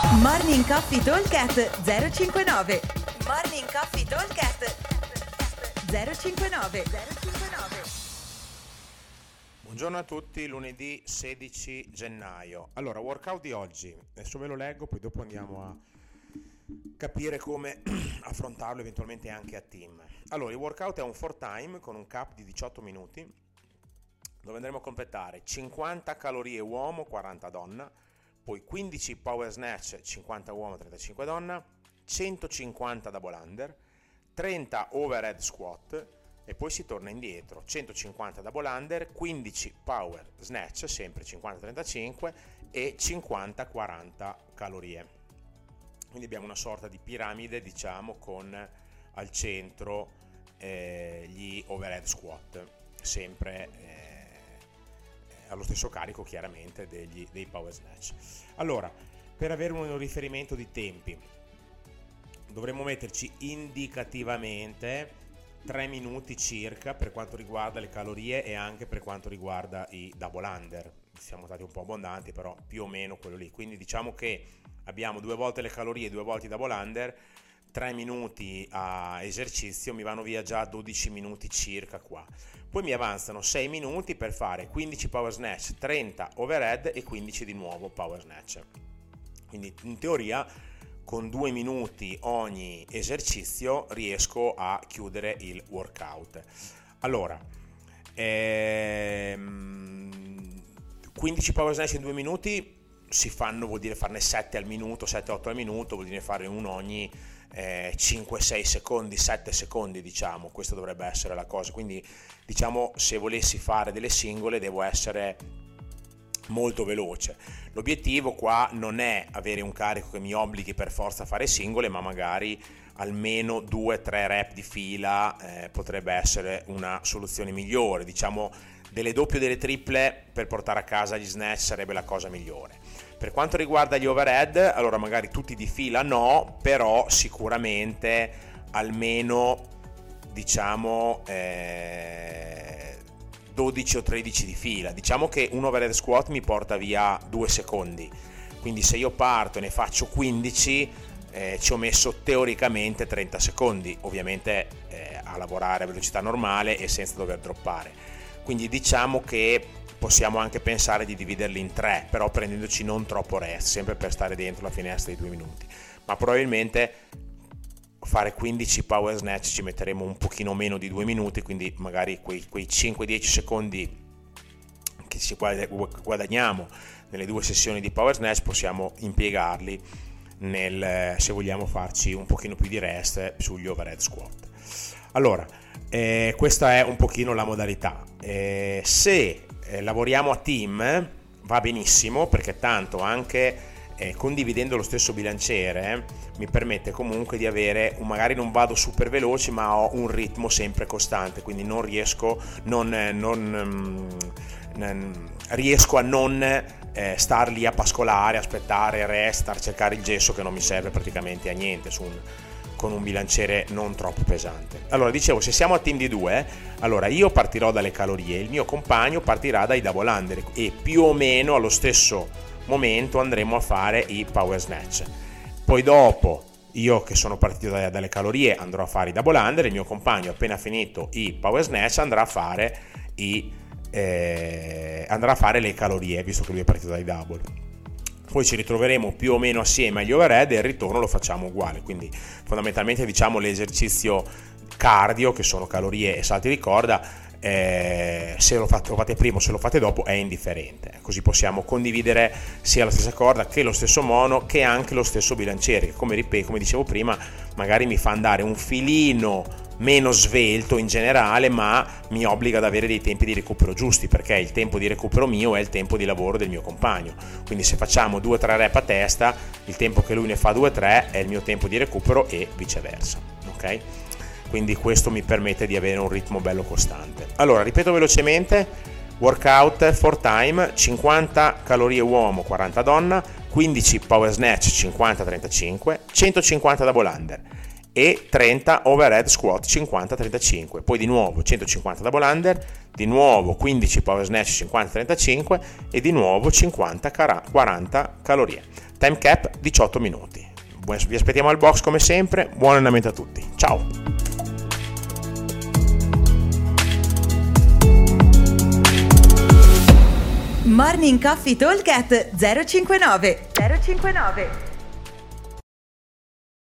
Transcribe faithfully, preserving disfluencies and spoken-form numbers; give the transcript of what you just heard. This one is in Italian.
Morning Coffee Talkcast zero cinquantanove. Morning Coffee Talkcast zero cinquantanove. Buongiorno a tutti, lunedì sedici gennaio. Allora, workout di oggi, adesso ve lo leggo, poi dopo andiamo a capire come affrontarlo eventualmente anche a team. Allora, il workout è un four time con un cap di diciotto minuti, dove andremo a completare cinquanta calorie uomo, quaranta donna, poi quindici power snatch, cinquanta uomo, trentacinque donna, centocinquanta double under, trenta overhead squat e poi si torna indietro, centocinquanta double under, quindici power snatch, sempre cinquanta trentacinque e cinquanta quaranta calorie. Quindi abbiamo una sorta di piramide, diciamo, con al centro eh, gli overhead squat, sempre eh, allo stesso carico chiaramente degli, dei power snatch. Allora, per avere un riferimento di tempi dovremmo metterci indicativamente tre minuti circa per quanto riguarda le calorie e anche per quanto riguarda i double under. Siamo stati un po' abbondanti, però più o meno quello lì. Quindi diciamo che abbiamo due volte le calorie, due volte i double under, tre minuti a esercizio, mi vanno via già dodici minuti circa qua. Poi mi avanzano sei minuti per fare quindici power snatch, trenta overhead e quindici di nuovo power snatch. Quindi in teoria con due minuti ogni esercizio riesco a chiudere il workout. Allora, ehm, quindici power snatch in due minuti si fanno, vuol dire farne sette al minuto, sette otto al minuto, vuol dire fare uno ogni eh, cinque sei secondi, sette secondi, diciamo. Questo dovrebbe essere la cosa. Quindi diciamo, se volessi fare delle singole devo essere molto veloce. L'obiettivo qua non è avere un carico che mi obblighi per forza a fare singole, ma magari almeno due tre rep di fila eh, potrebbe essere una soluzione migliore. Diciamo delle doppie o delle triple per portare a casa gli snatch sarebbe la cosa migliore. Per quanto riguarda gli overhead, allora magari tutti di fila no, però sicuramente almeno diciamo eh, dodici o tredici di fila. Diciamo che un overhead squat mi porta via due secondi, quindi se io parto e ne faccio quindici eh, ci ho messo teoricamente trenta secondi, ovviamente eh, a lavorare a velocità normale e senza dover droppare. Quindi diciamo che possiamo anche pensare di dividerli in tre, però prendendoci non troppo rest, sempre per stare dentro la finestra di due minuti. Ma probabilmente fare quindici power snatch ci metteremo un pochino meno di due minuti, quindi magari quei, quei cinque dieci secondi che ci guadagniamo nelle due sessioni di power snatch possiamo impiegarli nel, se vogliamo farci un pochino più di rest sugli overhead squat. Allora, eh, questa è un pochino la modalità. Eh, se eh, lavoriamo a team va benissimo, perché tanto anche eh, condividendo lo stesso bilanciere eh, mi permette comunque di avere, magari non vado super veloce ma ho un ritmo sempre costante, quindi non riesco non, non, non riesco a non eh, star lì a pascolare, aspettare rest, a cercare il gesso che non mi serve praticamente a niente su un con un bilanciere non troppo pesante. Allora, dicevo, se siamo a team di due, allora io partirò dalle calorie, il mio compagno partirà dai double under e più o meno allo stesso momento andremo a fare i power snatch. Poi dopo, io che sono partito dalle calorie andrò a fare i double under, il mio compagno appena finito i power snatch andrà a fare i eh, andrà a fare le calorie, visto che lui è partito dai double. Poi ci ritroveremo più o meno assieme agli overhead e il ritorno lo facciamo uguale, quindi fondamentalmente diciamo l'esercizio cardio, che sono calorie e salti di corda, eh, se lo fate, lo fate prima o se lo fate dopo è indifferente, così possiamo condividere sia la stessa corda che lo stesso mono che anche lo stesso bilanciere, che come, ripeto, come dicevo prima magari mi fa andare un filino meno svelto in generale, ma mi obbliga ad avere dei tempi di recupero giusti, perché il tempo di recupero mio è il tempo di lavoro del mio compagno. Quindi se facciamo due tre rep a testa, il tempo che lui ne fa due tre è il mio tempo di recupero e viceversa, ok? Quindi questo mi permette di avere un ritmo bello costante. Allora, ripeto velocemente: workout four time, cinquanta calorie uomo, quaranta donna, quindici power snatch, cinquanta trentacinque, centocinquanta double under e trenta overhead squat, cinquanta trentacinque, poi di nuovo centocinquanta double under, di nuovo quindici power snatch, cinquanta trentacinque e di nuovo cinquanta quaranta calorie. time cap diciotto minuti. Vi aspettiamo al box come sempre, buon allenamento a tutti, ciao! Morning Coffee Talk at zero cinquantanove zero cinquantanove